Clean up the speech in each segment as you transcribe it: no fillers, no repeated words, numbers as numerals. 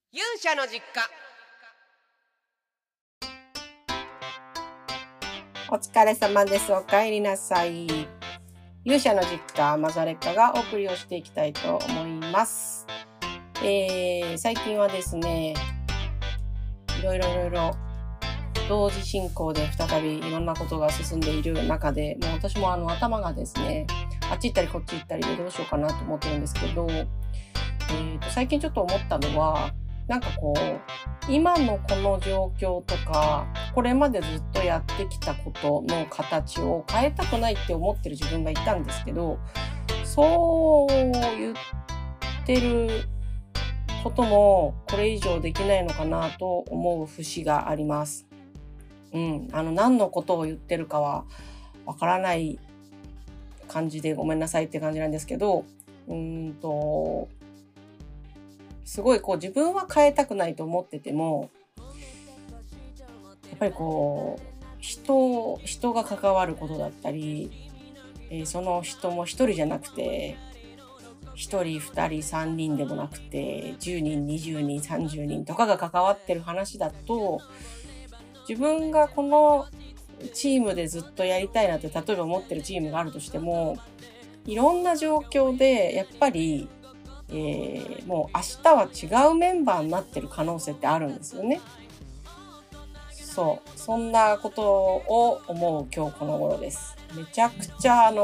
勇者の実家。 お疲れ様です。お帰りなさい。勇者の実家マザレッカがお送りをしていきたいと思います。最近はですね、いろいろ同時進行で再びいろんなことが進んでいる中で、もう私も頭がですね、あっち行ったりこっち行ったりでどうしようかなと思ってるんですけど、最近ちょっと思ったのは、なんかこう、今のこの状況とか、これまでずっとやってきたことの形を変えたくないって思ってる自分がいたんですけど、そう言ってることもこれ以上できないのかなと思う節があります。何のことを言ってるかはわからない感じでごめんなさいって感じなんですけど、すごいこう自分は変えたくないと思ってても、やっぱりこう人が関わることだったり、その人も一人じゃなくて一人二人三人でもなくて10人20人30人とかが関わってる話だと、自分がこのチームでずっとやりたいなって例えば思ってるチームがあるとしても、いろんな状況でやっぱりもう明日は違うメンバーになってる可能性ってあるんですよね。そんなことを思う今日この頃です。めちゃくちゃ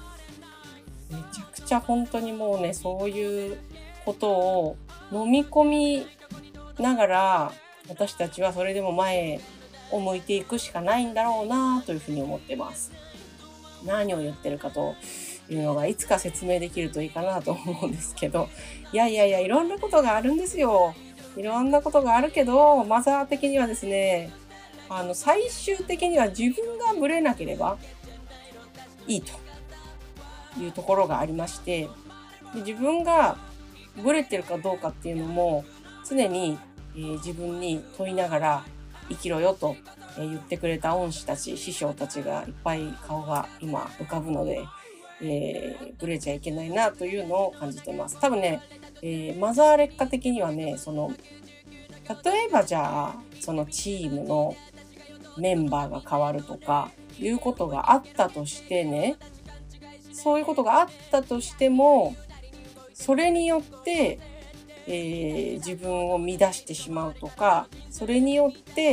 本当にもうね、そういうことを飲み込みながら、私たちはそれでも前を向いていくしかないんだろうなというふうに思ってます。何を言ってるかというのがいつか説明できるといいかなと思うんですけど、いろんなことがあるんですよ。いろんなことがあるけど、マザー的にはですね、最終的には自分がブレなければいいというところがありまして、で自分がブレてるかどうかっていうのも常に、自分に問いながら生きろよと、言ってくれた恩師たち、師匠たちがいっぱい顔が今浮かぶので、ブレちゃいけないなというのを感じてます。多分ね、マザー劣化的にはね、例えばじゃあそのチームのメンバーが変わるとかいうことがあったとしてね、そういうことがあったとしても、それによって、自分を乱してしまうとか、それによって、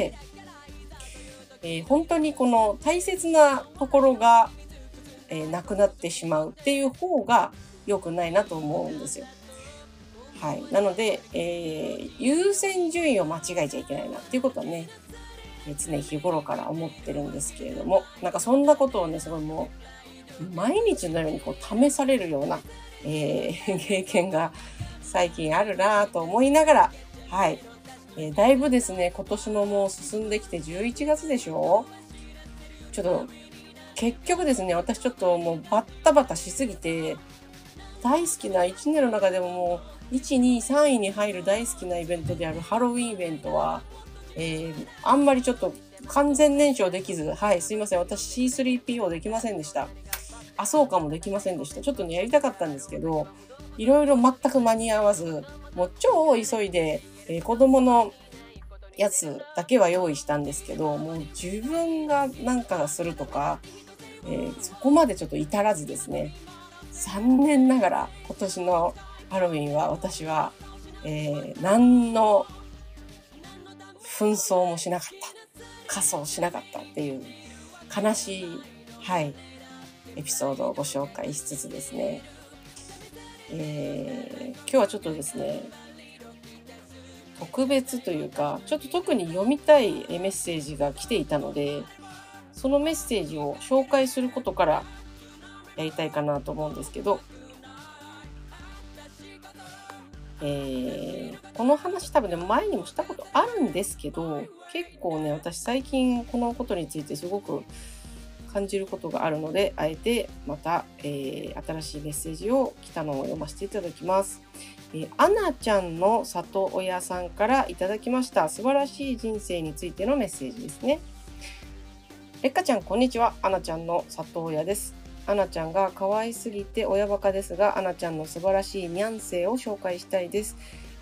本当にこの大切なところが、なくなってしまうっていう方が良くないなと思うんですよ。はい。なので、優先順位を間違えちゃいけないなっていうことはね、常日頃から思ってるんですけれども、なんかそんなことをね、すごいもう毎日のようにこう試されるような、経験が最近あるなと思いながら、はい。だいぶですね、今年ももう進んできて11月でしょ？ちょっと結局ですね、私ちょっともうバッタバタしすぎて、大好きな1年の中でももう1、2、3位に入る大好きなイベントであるハロウィンイベントは、あんまりちょっと完全燃焼できず、はい、すいません。私 C3PO できませんでした。そうかもできませんでした。ちょっとね、やりたかったんですけど、いろいろ全く間に合わず、もう超急いで、子供のやつだけは用意したんですけど、もう自分がなんかするとか、そこまでちょっと至らずですね、残念ながら今年のハロウィンは私は、何の紛争もしなかった。仮装しなかったっていう悲しい、はい、エピソードをご紹介しつつですね、今日はちょっとですね、特別というか、ちょっと特に読みたいメッセージが来ていたので、そのメッセージを紹介することからやりたいかなと思うんですけど、この話多分ね、前にもしたことあるんですけど、結構ね、私最近このことについてすごく感じることがあるので、あえてまた、新しいメッセージを来たのを読ませていただきます。アナちゃんの里親さんからいただきました。素晴らしい人生についてのメッセージですね。れっかちゃん、こんにちは。アナちゃんの里親です。アナちゃんが可愛すぎて親バカですが、アナちゃんの素晴らしいニャン性を紹介したいです。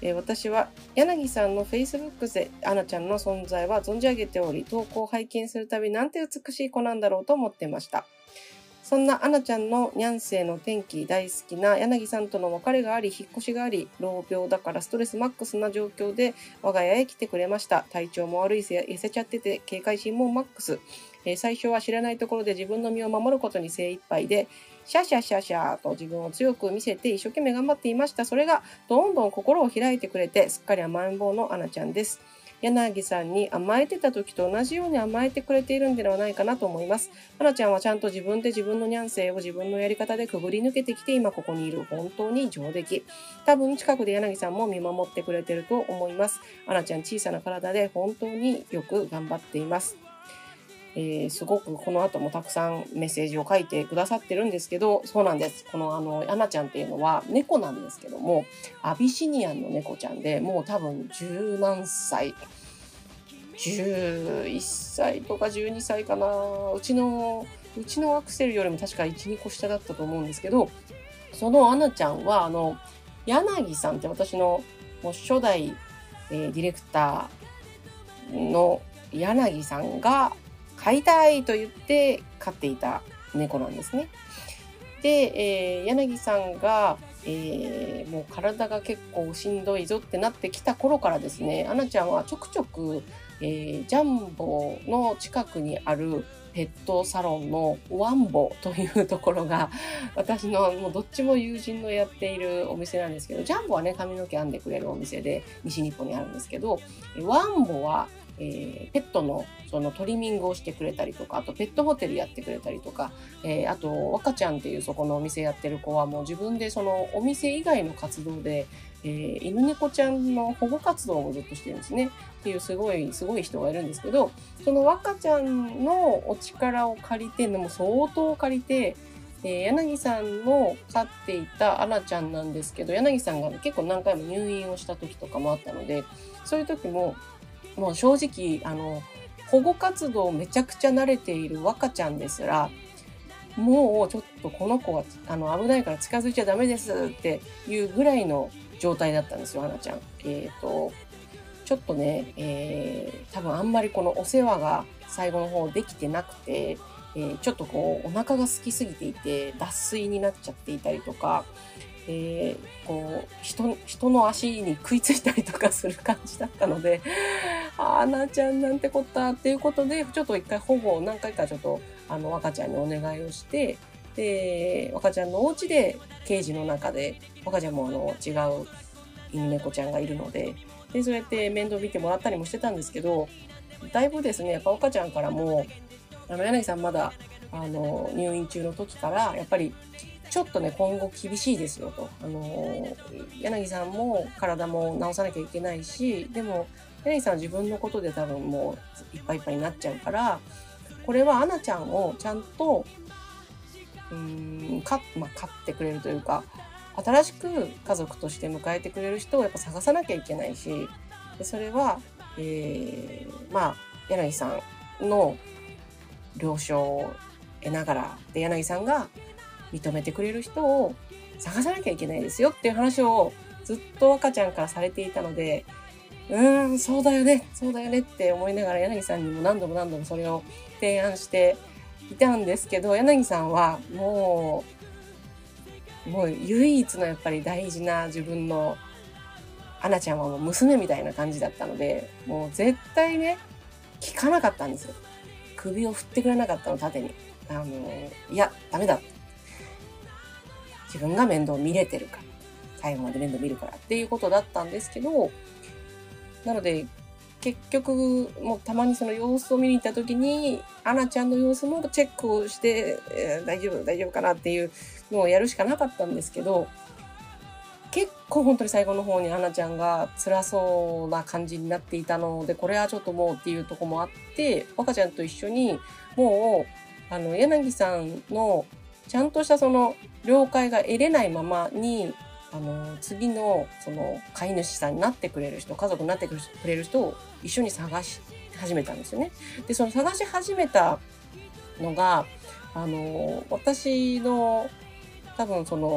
私は柳さんの Facebook でアナちゃんの存在は存じ上げており、投稿を拝見するたびなんて美しい子なんだろうと思ってました。そんなアナちゃんのニャンセイの天気大好きな柳さんとの別れがあり、引っ越しがあり、老病だからストレスマックスな状況で我が家へ来てくれました。体調も悪いせ痩せちゃってて警戒心もマックス。最初は知らないところで自分の身を守ることに精一杯で、シャシャシャシャと自分を強く見せて一生懸命頑張っていました。それがどんどん心を開いてくれて、すっかり甘えん坊のアナちゃんです。柳さんに甘えてた時と同じように甘えてくれているんではないかなと思います。アナちゃんはちゃんと自分で自分のニャンセイを自分のやり方でくぐり抜けてきて今ここにいる。本当に上出来。多分近くで柳さんも見守ってくれてると思います。アナちゃん小さな体で本当によく頑張っています。すごくこの後もたくさんメッセージを書いてくださってるんですけど、そうなんです。このアナちゃんっていうのは猫なんですけども、アビシニアンの猫ちゃんで、もう多分十何歳、11歳とか12歳かな。うちのアクセルよりも確か1、2個下だったと思うんですけど、そのアナちゃんは柳さんって私のもう初代、ディレクターの柳さんが飼いたいと言って飼っていた猫なんですね。で、柳さんが、もう体が結構しんどいぞってなってきた頃からですね、アナちゃんはちょくちょく、ジャンボの近くにあるペットサロンのワンボというところが私のもうどっちも友人のやっているお店なんですけど、ジャンボはね髪の毛編んでくれるお店で西日本にあるんですけど、ワンボはペットのそのトリミングをしてくれたりとか、あとペットホテルやってくれたりとか、あと若ちゃんっていうそこのお店やってる子はもう自分でそのお店以外の活動で、犬猫ちゃんの保護活動をずっとしてるんですねっていうすごい人がいるんですけど、その若ちゃんのお力を借りて、も相当借りて、柳さんの飼っていたアナちゃんなんですけど、柳さんが結構何回も入院をした時とかもあったので、そういう時ももう正直保護活動めちゃくちゃ慣れている若ちゃんですら、もうちょっとこの子は危ないから近づいちゃダメですっていうぐらいの状態だったんですよ、アナちゃん。ちょっとね、多分あんまりこのお世話が最後の方できてなくて、ちょっとこうお腹が空きすぎていて脱水になっちゃっていたりとか、こう人の足に食いついたりとかする感じだったので、アナちゃんなんてこったっていうことで、ちょっと一回保護を何回かちょっと若ちゃんにお願いをして、で若ちゃんのお家でケージの中で、若ちゃんも違う犬猫ちゃんがいるので、そうやって面倒見てもらったりもしてたんですけど、だいぶですねやっぱ若ちゃんからも柳さんまだ入院中の時からやっぱりちょっとね今後厳しいですよと、柳さんも体も治さなきゃいけないし、でも柳さんは自分のことで多分もういっぱいいっぱいになっちゃうから、これはアナちゃんをちゃんと飼ってくれるというか、新しく家族として迎えてくれる人をやっぱ探さなきゃいけないし、でそれは、柳さんの了承を得ながら、で柳さんが認めてくれる人を探さなきゃいけないですよっていう話をずっと赤ちゃんからされていたので、そうだよねって思いながら柳さんにも何度もそれを提案していたんですけど、柳さんはもう唯一のやっぱり大事な自分のアナちゃんはもう娘みたいな感じだったので、もう絶対ね聞かなかったんですよ。首を振ってくれなかったの、縦に。いやダメだ、自分が面倒見れてるから最後まで面倒見るからっていうことだったんですけど、なので結局もうたまにその様子を見に行った時にアナちゃんの様子もチェックをして、大丈夫かなっていうのをやるしかなかったんですけど、結構本当に最後の方にアナちゃんが辛そうな感じになっていたので、これはちょっともうっていうところもあって、若ちゃんと一緒にもう柳さんのちゃんとしたその了解が得れないままに次のその飼い主さんになってくれる人、家族になってくれる人を一緒に探し始めたんですよね。でその探し始めたのが私の多分その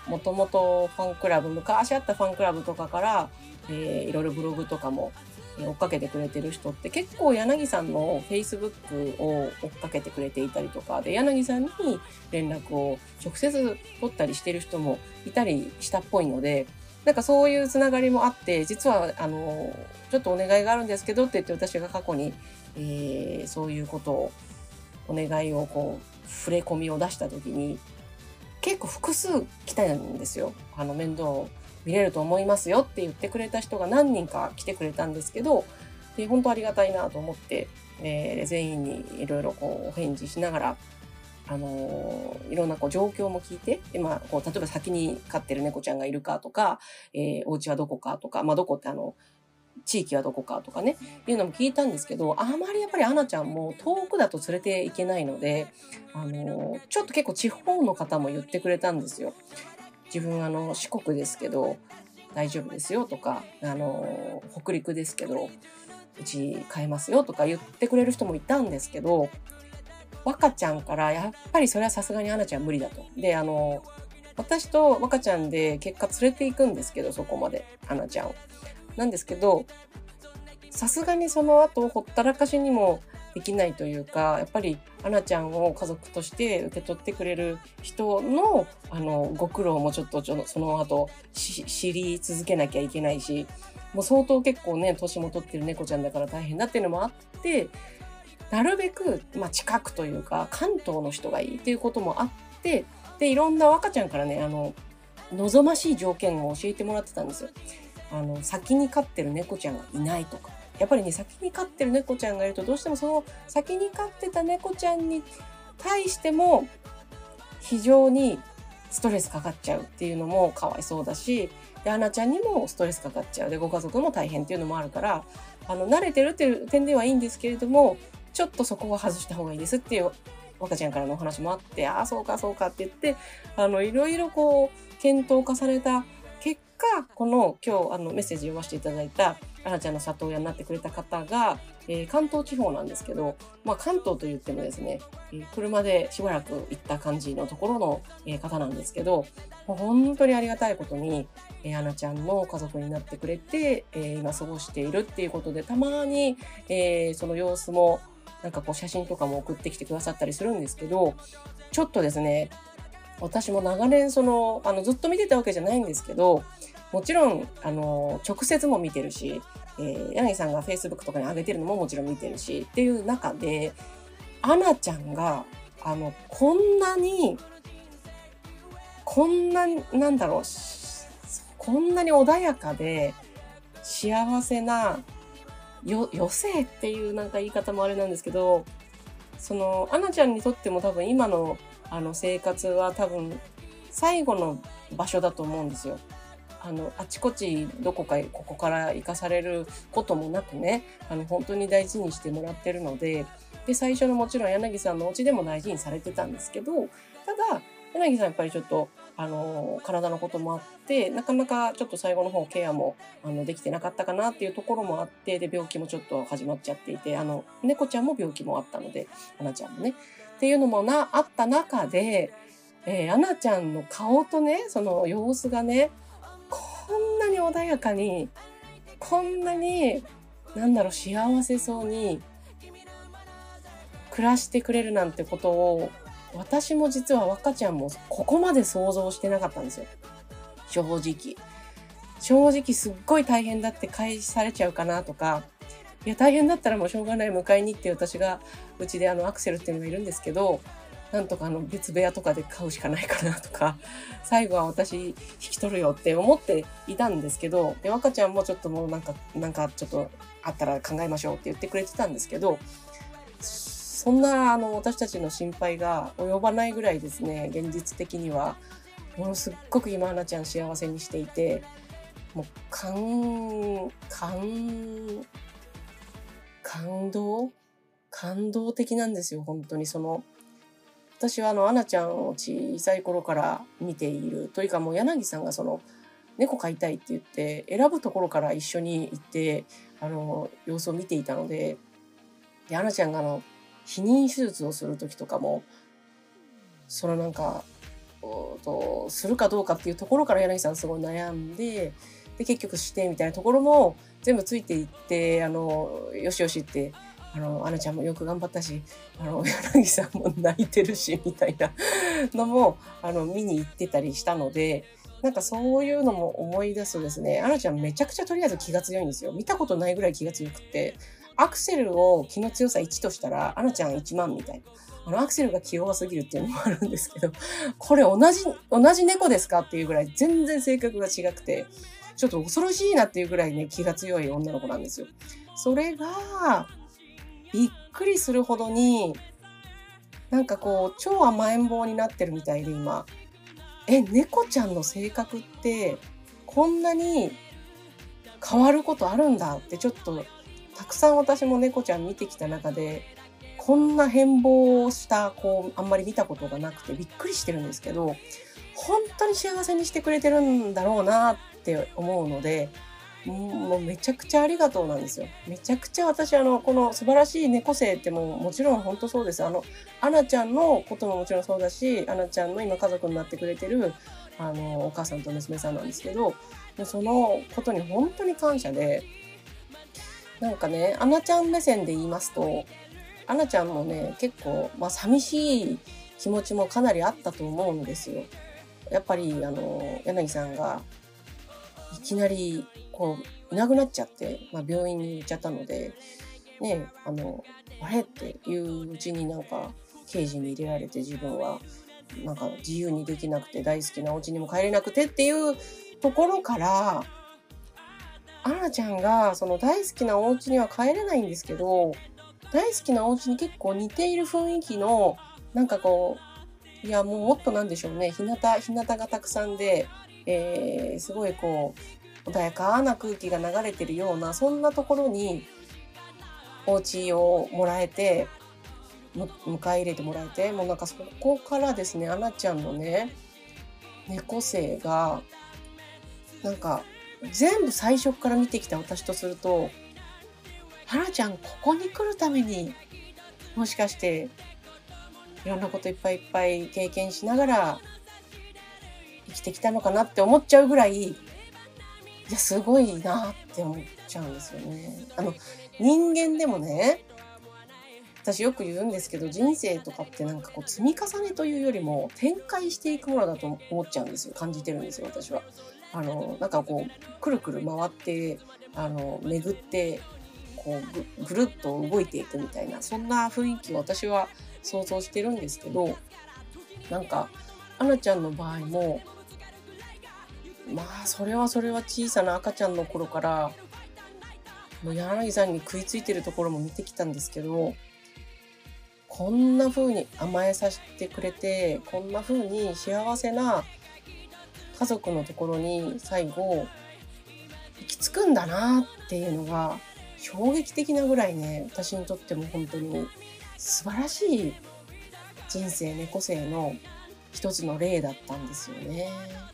もともとファンクラブ、昔あったファンクラブとかから、いろいろブログとかも追っかけてくれてる人って結構柳さんの Facebook を追っかけてくれていたりとかで、柳さんに連絡を直接取ったりしてる人もいたりしたっぽいので、なんかそういうつながりもあって、実はちょっとお願いがあるんですけどって言って私が過去に、そういうことをお願いを触れ込みを出した時に結構複数来たんですよ。面倒を見れると思いますよって言ってくれた人が何人か来てくれたんですけど、で本当ありがたいなと思って、全員にいろいろお返事しながら、いろんな状況も聞いて、で例えば先に飼ってる猫ちゃんがいるかとか、お家はどこかとか、どこって地域はどこかとかね、いうのも聞いたんですけど、あまりやっぱりアナちゃんも遠くだと連れていけないので、ちょっと結構地方の方も言ってくれたんですよ。自分四国ですけど大丈夫ですよとか、北陸ですけどうち買えますよとか言ってくれる人もいたんですけど、若ちゃんからやっぱりそれはさすがにアナちゃん無理だと。で、私と若ちゃんで結果連れて行くんですけど、そこまでアナちゃんを。なんですけど、さすがにその後ほったらかしにもできないというか、やっぱりアナちゃんを家族として受け取ってくれる人のご苦労もちょっとその後知り続けなきゃいけないし、もう相当結構ね年も取ってる猫ちゃんだから大変だっていうのもあって、なるべく近くというか関東の人がいいっていうこともあって、でいろんな若ちゃんからね望ましい条件を教えてもらってたんですよ。先に飼ってる猫ちゃんがいないとか。やっぱりね、先に飼ってる猫ちゃんがいると、どうしてもその先に飼ってた猫ちゃんに対しても非常にストレスかかっちゃうっていうのもかわいそうだし、で、アナちゃんにもストレスかかっちゃう。で、ご家族も大変っていうのもあるから、慣れてるっていう点ではいいんですけれども、ちょっとそこは外した方がいいですっていう若ちゃんからのお話もあって、ああ、そうか、そうかって言って、いろいろ検討化された結果、この今日メッセージ読ませていただいたアナちゃんの里親になってくれた方が、関東地方なんですけど、関東と言ってもですね、車でしばらく行った感じのところの、方なんですけど、もう本当にありがたいことに、アナちゃんの家族になってくれて、今過ごしているっていうことで、たまに、その様子もなんか写真とかも送ってきてくださったりするんですけど、ちょっとですね、私も長年ずっと見てたわけじゃないんですけど、もちろん直接も見てるし、柳さんが Facebook とかに上げてるのももちろん見てるしっていう中で、アナちゃんがこんなにこんな穏やかで幸せな余生っていうなんか言い方もあれなんですけど、アナちゃんにとっても多分今の生活は多分最後の場所だと思うんですよ。あちこちここから行かされることもなくね、本当に大事にしてもらってるので、で、最初のもちろん柳さんのお家でも大事にされてたんですけど、ただ、柳さんやっぱりちょっと、体のこともあって、なかなかちょっと最後の方ケアも、できてなかったかなっていうところもあって、で、病気もちょっと始まっちゃっていて、猫ちゃんも病気もあったので、アナちゃんもね。っていうのもあった中で、アナちゃんの顔とね、その様子がね、こんなに穏やかに、こんなに、幸せそうに暮らしてくれるなんてことを、私も実は若ちゃんもここまで想像してなかったんですよ。正直。正直すっごい大変だって返されちゃうかなとか、いや大変だったらもうしょうがない迎えに行って私がうちでアクセルっていうのがいるんですけど、なんとか別部屋とかで買うしかないかなとか、最後は私引き取るよって思っていたんですけど、で、若ちゃんもちょっともうなんかちょっとあったら考えましょうって言ってくれてたんですけど、そんな私たちの心配が及ばないぐらいですね、現実的には、ものすっごく今アナちゃん幸せにしていて、もう感動的なんですよ、本当に私はアナちゃんを小さい頃から見ているというか、もう柳さんが猫飼いたいって言って選ぶところから一緒に行って様子を見ていたので、アナちゃんが避妊手術をする時とかもなんかするかどうかっていうところから柳さんすごい悩んで、で、結局してみたいなところも全部ついていって、よしよしって、アナちゃんもよく頑張ったし、柳さんも泣いてるし、みたいなのも、見に行ってたりしたので、なんかそういうのも思い出すとですね、アナちゃんめちゃくちゃとりあえず気が強いんですよ。見たことないぐらい気が強くって、アクセルを気の強さ1としたら、アナちゃん1万みたいな。アクセルが器用すぎるっていうのもあるんですけど、これ同じ猫ですかっていうぐらい全然性格が違くて、ちょっと恐ろしいなっていうぐらいね、気が強い女の子なんですよ。それが、びっくりするほどに、なんかこう、超甘えん坊になってるみたいで今。猫ちゃんの性格って、こんなに変わることあるんだってちょっと、たくさん私も猫ちゃん見てきた中で、こんな変貌した子、あんまり見たことがなくてびっくりしてるんですけど、本当に幸せにしてくれてるんだろうなって思うので、もうめちゃくちゃありがとうなんですよ。めちゃくちゃ私この素晴らしい猫生ってもちろん本当そうです。アナちゃんのことももちろんそうだし、アナちゃんの今家族になってくれてる、お母さんと娘さんなんですけど、そのことに本当に感謝で、なんかね、アナちゃん目線で言いますと、アナちゃんもね、結構、寂しい気持ちもかなりあったと思うんですよ。やっぱり、柳さんが、いきなり、いなくなっちゃって、病院に行っちゃったので、ね、あれっていううちになんか、ケージに入れられて自分は、なんか自由にできなくて大好きなお家にも帰れなくてっていうところから、アナちゃんがその大好きなお家には帰れないんですけど、大好きなお家に結構似ている雰囲気の、なんかいやもうもっとなんでしょうね、日向がたくさんで、すごい穏やかな空気が流れてるような、そんなところにお家をもらえて、迎え入れてもらえて、もうなんかそこからですね、アナちゃんのね、猫生が、なんか全部最初から見てきた私とすると、アナちゃんここに来るために、もしかしていろんなこといっぱいいっぱい経験しながら生きてきたのかなって思っちゃうぐらい、いや、すごいなって思っちゃうんですよね。人間でもね、私よく言うんですけど、人生とかってなんか積み重ねというよりも展開していくものだと思っちゃうんですよ。感じてるんですよ、私は。なんかくるくる回って、巡って、ぐるっと動いていくみたいな、そんな雰囲気を私は想像してるんですけど、なんか、アナちゃんの場合も、それは小さな赤ちゃんの頃から、もう柳さんに食いついてるところも見てきたんですけど、こんな風に甘えさせてくれて、こんな風に幸せな家族のところに最後、行き着くんだなっていうのが、衝撃的なぐらいね、私にとっても本当に素晴らしい人生、猫生の一つの例だったんですよね。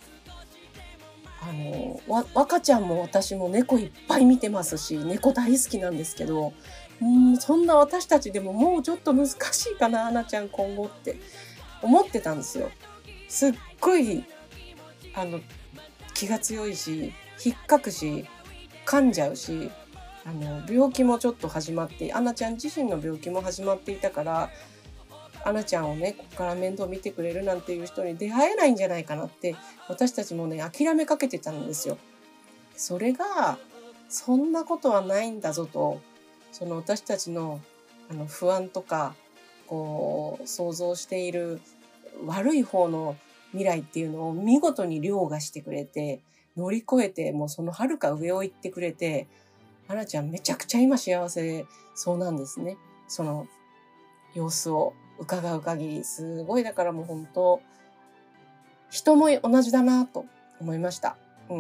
若ちゃんも私も猫いっぱい見てますし、猫大好きなんですけど、そんな私たちでももうちょっと難しいかな、アナちゃん今後って思ってたんですよ。すっごい、気が強いし、引っかくし、噛んじゃうし、病気もちょっと始まって、アナちゃん自身の病気も始まっていたから、アナちゃんをね、ここから面倒見てくれるなんていう人に出会えないんじゃないかなって、私たちもね、諦めかけてたんですよ。それが、そんなことはないんだぞと、その私たちの不安とか、想像している悪い方の未来っていうのを見事に凌駕してくれて、乗り越えて、もうその遥か上を行ってくれて、アナちゃんめちゃくちゃ今幸せそうなんですね。その様子を伺う限り、すごい、だからもう本当、人も同じだなと思いました。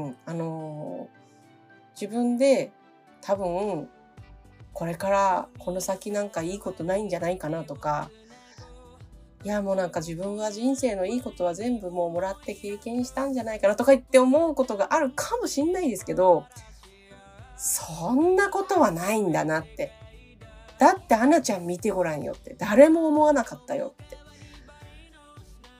自分で多分、これからこの先なんかいいことないんじゃないかなとか、いやもうなんか自分は人生のいいことは全部もうもらって経験したんじゃないかなとか言って思うことがあるかもしんないですけど、そんなことはないんだなって。だってアナちゃん見てごらんよって。誰も思わなかったよって。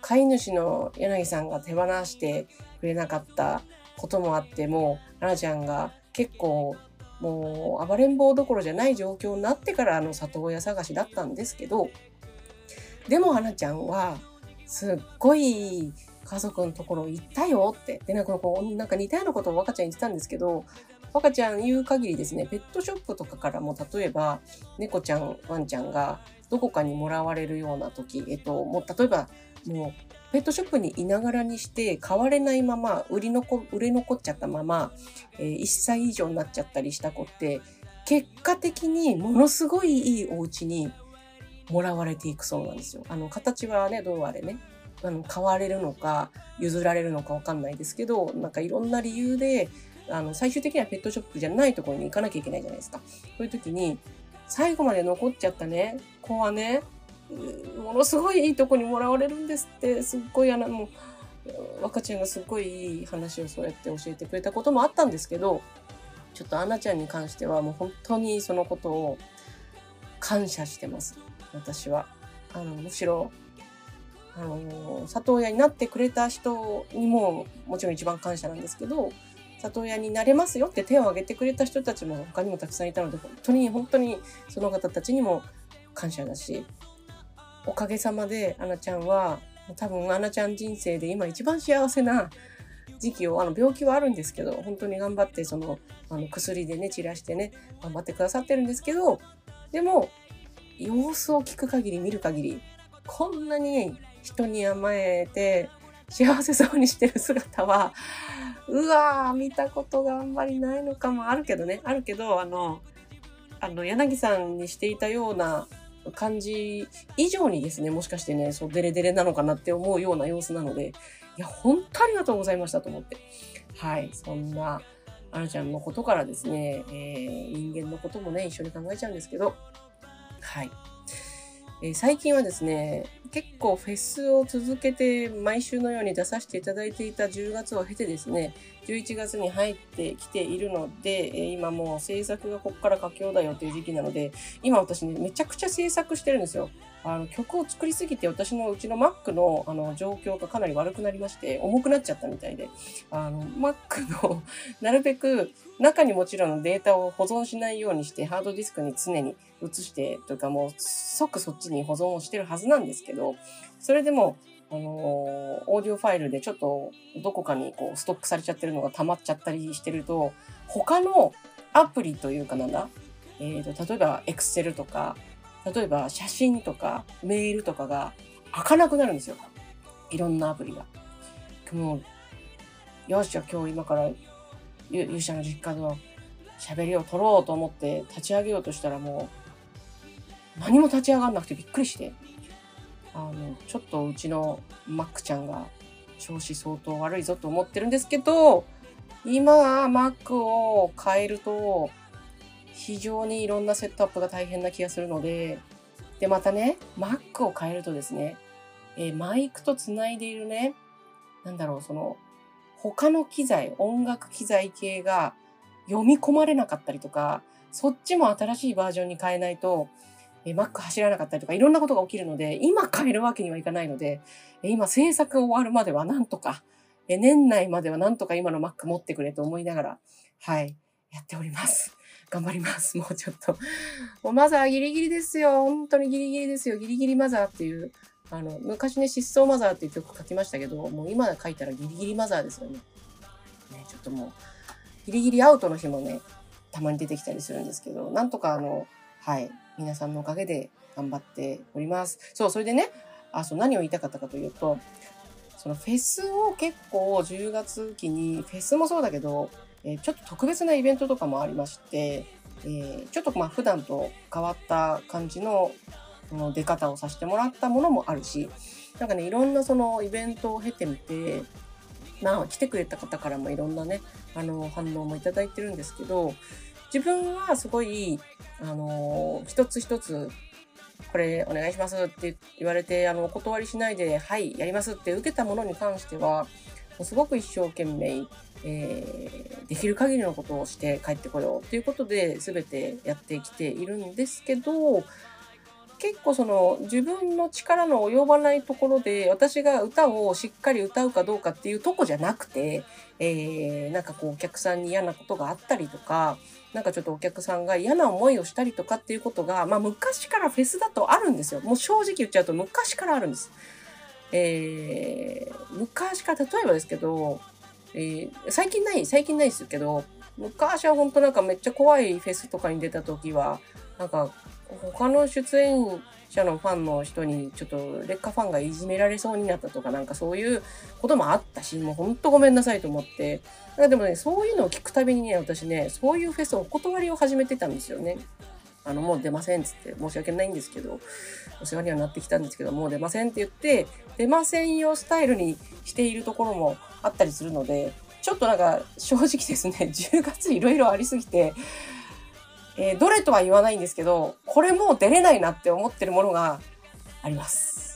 飼い主の柳さんが手放してくれなかったこともあって、もう、花ちゃんが結構、もう暴れん坊どころじゃない状況になってから里親探しだったんですけど、でも花ちゃんは、すっごい家族のところ行ったよって。で、なんか似たようなことを若ちゃん言ってたんですけど、若ちゃん言う限りですね、ペットショップとかからも、例えば、猫ちゃん、ワンちゃんがどこかにもらわれるような時、もう例えば、もう、ペットショップにいながらにして買われないまま、売れ残っちゃったまま、1歳以上になっちゃったりした子って、結果的にものすごいいいお家にもらわれていくそうなんですよ。形はね、どうあれね、買われるのか、譲られるのかわかんないですけど、なんかいろんな理由で、最終的にはペットショップじゃないところに行かなきゃいけないじゃないですか。そういう時に、最後まで残っちゃったね、子はね、ものすごいいいとこにもらわれるんですって、すっごいもう、若ちゃんがすっごいいい話をそうやって教えてくれたこともあったんですけど、ちょっとアナちゃんに関してはもう本当にそのことを感謝してます。私は。むしろ、里親になってくれた人にももちろん一番感謝なんですけど、里親になれますよって手を挙げてくれた人たちも他にもたくさんいたので、本当にその方たちにも感謝だし、おかげさまでアナちゃんは、多分アナちゃん人生で今一番幸せな時期を、病気はあるんですけど、本当に頑張って薬でね、散らしてね、頑張ってくださってるんですけど、でも、様子を聞く限り見る限り、こんなに人に甘えて幸せそうにしてる姿は、見たことがあんまりないのかも。あるけど、柳さんにしていたような感じ以上にですね、もしかしてね、デレデレなのかなって思うような様子なので、いや、本当ありがとうございましたと思って。はい、そんな、アナちゃんのことからですね、人間のこともね、一緒に考えちゃうんですけど、はい。最近はですね、結構フェスを続けて毎週のように出させていただいていた10月を経てですね、11月に入ってきているので、今もう制作がこっから佳境だよっていう時期なので、今私ね、めちゃくちゃ制作してるんですよ。曲を作りすぎて私のうちの Mac の状況がかなり悪くなりまして、重くなっちゃったみたいで、Mac のなるべく中にもちろんデータを保存しないようにしてハードディスクに常に移してというかもう即そっちに保存をしてるはずなんですけど、それでもオーディオファイルでちょっとどこかにストックされちゃってるのが溜まっちゃったりしてると、他のアプリというか例えば Excel とか、例えば写真とかメールとかが開かなくなるんですよ。いろんなアプリが。もう、よし、じゃあ今日今から勇者の実家の喋りを取ろうと思って立ち上げようとしたらもう何も立ち上がんなくてびっくりして、ちょっとうちのマックちゃんが調子相当悪いぞと思ってるんですけど、今は Mac を変えると非常にいろんなセットアップが大変な気がするので、で、またね、Mac を変えるとですね、マイクとつないでいるね、他の機材、音楽機材系が読み込まれなかったりとか、そっちも新しいバージョンに変えないと、Mac 走らなかったりとか、いろんなことが起きるので、今変えるわけにはいかないので、今制作が終わるまではなんとか、年内まではなんとか今の Mac 持ってくれと思いながら、はい、やっております。頑張ります。もうちょっと。もうマザーギリギリですよ。本当にギリギリですよ。ギリギリマザーっていう、昔ね、失踪マザーっていう曲書きましたけど、もう今書いたらギリギリマザーですよね。ね、ちょっともう、ギリギリアウトの日もね、たまに出てきたりするんですけど、なんとかはい、皆さんのおかげで頑張っております。そう、それでね、何を言いたかったかというと、そのフェスを結構10月期に、フェスもそうだけど、ちょっと特別なイベントとかもありまして、ちょっと普段と変わった感じの出方をさせてもらったものもあるし、なんかね、いろんなそのイベントを経てみて、来てくれた方からもいろんなね、反応もいただいてるんですけど、自分はすごい、一つ一つ、これお願いしますって言われて、お断りしないで、はい、やりますって受けたものに関しては、すごく一生懸命、できる限りのことをして帰ってこようということで全てやってきているんですけど、 結構その自分の力の及ばないところで私が歌をしっかり歌うかどうかっていうとこじゃなくて、なんかこうお客さんに嫌なことがあったりとか、なんかちょっとお客さんが嫌な思いをしたりとかっていうことが、まあ昔からフェスだとあるんですよ。もう正直言っちゃうと昔からあるんです。昔から例えばですけど、最近ないですけど、昔は本当なんかめっちゃ怖いフェスとかに出た時は、なんか他の出演者のファンの人にちょっと劣化ファンがいじめられそうになったとか、なんかそういうこともあったし、もう本当ごめんなさいと思って。でもね、そういうのを聞くたびにね、私ね、そういうフェスお断りを始めてたんですよね。もう出ませんっつって申し訳ないんですけど、お世話にはなってきたんですけど、もう出ませんって言って、出ませんよスタイルにしているところもあったりするので、ちょっとなんか正直ですね、10月いろいろありすぎて、どれとは言わないんですけど、これもう出れないなって思ってるものがあります。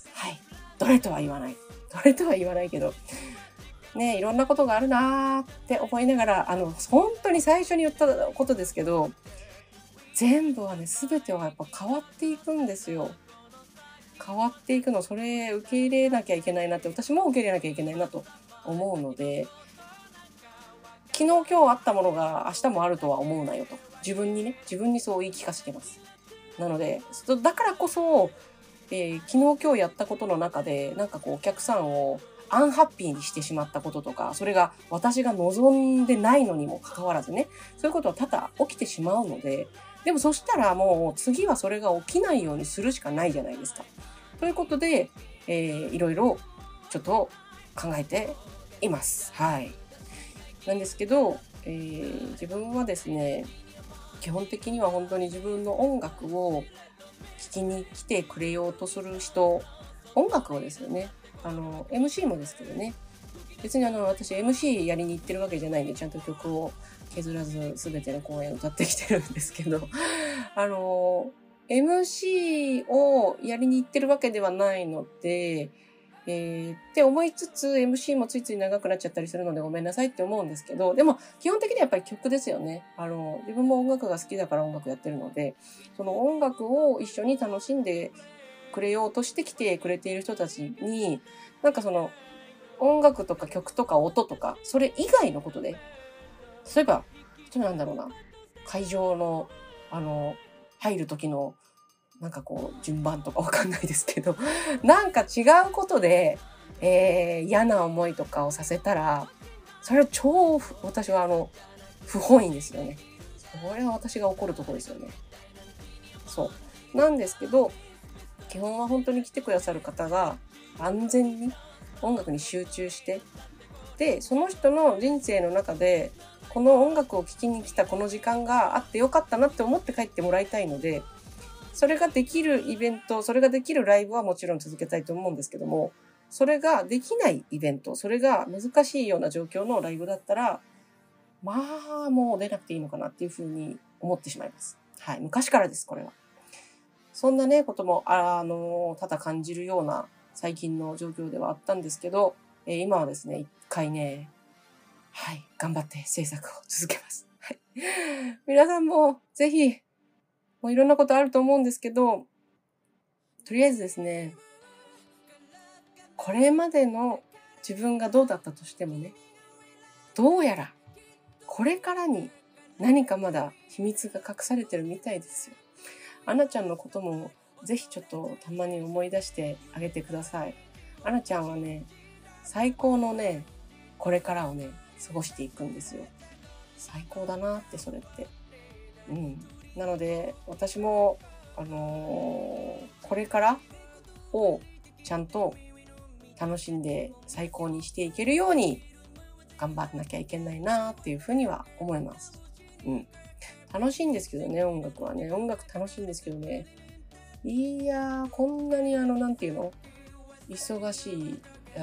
はい。どれとは言わない。どれとは言わないけど、ね、いろんなことがあるなーって思いながら、本当に最初に言ったことですけど、全部はね、全てはやっぱ変わっていくんですよ。変わっていくの、それ受け入れなきゃいけないなって、私も受け入れなきゃいけないなと思うので、昨日今日あったものが明日もあるとは思うなよと。自分にそう言い聞かせてます。なので、だからこそ、昨日今日やったことの中で、なんかこうお客さんをアンハッピーにしてしまったこととか、それが私が望んでないのにもかかわらずね、そういうことは多々起きてしまうので、でもそしたらもう次はそれが起きないようにするしかないじゃないですか。ということで、いろいろちょっと考えています。はい。なんですけど、自分はですね、基本的には本当に自分の音楽を聴きに来てくれようとする人、音楽をですよね。MC もですけどね。別に私 MC やりに行ってるわけじゃないんで、ちゃんと曲を削らず全ての公演を歌ってきてるんですけど、MC をやりに行ってるわけではないので、って思いつつ MC もついつい長くなっちゃったりするのでごめんなさいって思うんですけど、でも基本的にはやっぱり曲ですよね。自分も音楽が好きだから音楽やってるので、その音楽を一緒に楽しんでくれようとしてきてくれている人たちに、なんかその音楽とか曲とか音とか、それ以外のことで、例えば、なんだろうな、会場の、入る時のなんかこう順番とかわかんないですけどなんか違うことで、嫌な思いとかをさせたら、それは超私は不本意ですよね。それは私が怒るところですよね。そうなんですけど、基本は本当に来てくださる方が安全に音楽に集中して、でその人の人生の中でこの音楽を聴きに来たこの時間があってよかったなって思って帰ってもらいたいので、それができるイベント、それができるライブはもちろん続けたいと思うんですけども、それができないイベント、それが難しいような状況のライブだったら、まあもう出なくていいのかなっていうふうに思ってしまいます。はい、昔からです、これは。そんなね、ことも、ただ感じるような最近の状況ではあったんですけど、今はですね、一回ね、はい、頑張って制作を続けます。はい。皆さんもぜひ、もういろんなことあると思うんですけど、とりあえずですね、これまでの自分がどうだったとしてもね、どうやらこれからに何かまだ秘密が隠されてるみたいですよ。アナちゃんのこともぜひちょっとたまに思い出してあげてください。アナちゃんはね、最高のね、これからをね、過ごしていくんですよ。最高だなってそれって。うん。なので私もこれからをちゃんと楽しんで最高にしていけるように頑張らなきゃいけないなっていうふうには思います。うん。楽しいんですけどね、音楽はね。音楽楽しいんですけどね。いやー、こんなになんていうの？忙しい、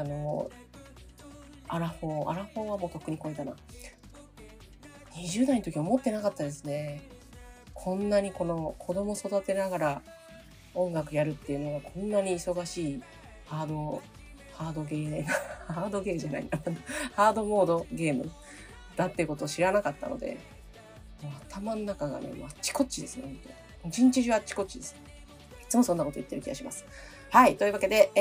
アラフォーはもうとっくに超えたな。20代の時は思ってなかったですね。こんなにこの子供育てながら音楽やるっていうのがこんなに忙しいハードゲーハードゲーじゃないなハードモードゲームだっていうことを知らなかったので、もう頭の中がね、もうあっちこっちですね、本当。一日中あっちこっちです。 つもそんなこと言ってる気がします。はい。というわけで、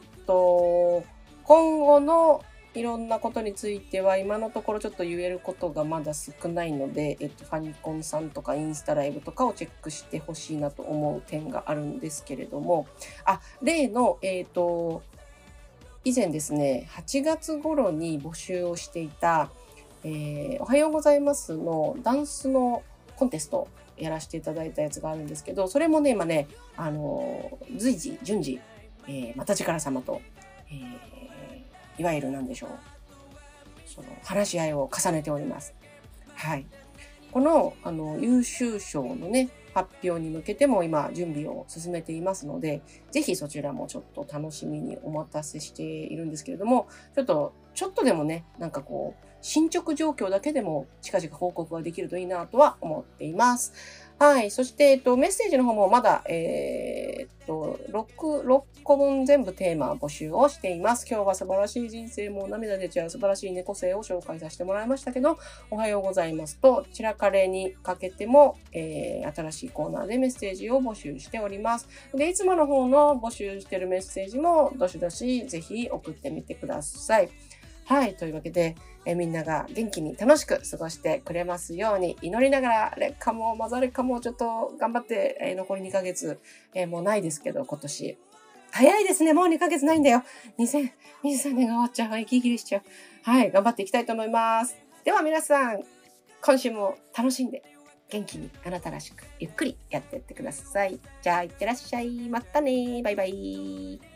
今後のいろんなことについては、今のところちょっと言えることがまだ少ないので、ファニコンさんとかインスタライブとかをチェックしてほしいなと思う点があるんですけれども、例の、以前ですね、8月頃に募集をしていた、おはようございますのダンスのコンテストやらせていただいたやつがあるんですけど、それもね、今ね、随時、順次、また力様と、いわゆるなんでしょう、その話し合いを重ねております。はい。この、優秀賞のね、発表に向けても今準備を進めていますので、ぜひそちらもちょっと楽しみにお待たせしているんですけれども、ちょっとでもね、なんかこう、進捗状況だけでも近々報告ができるといいなとは思っています。はい。そして、メッセージの方もまだ、6個分全部テーマ募集をしています。今日は素晴らしい人生も涙出ちゃう素晴らしい猫生を紹介させてもらいましたけど、おはようございますと、散らかれにかけても、新しいコーナーでメッセージを募集しております。で、いつもの方の募集してるメッセージもどしどしぜひ送ってみてください。はい。というわけで、みんなが元気に楽しく過ごしてくれますように祈りながら、劣化も混ざれかもちょっと頑張って、残り2ヶ月、もうないですけど、今年。早いですね。もう2ヶ月ないんだよ。2023年が終わっちゃう。息切れしちゃう。はい。頑張っていきたいと思います。では皆さん、今週も楽しんで、元気にあなたらしく、ゆっくりやっていってください。じゃあ、いってらっしゃい。またね。バイバイ。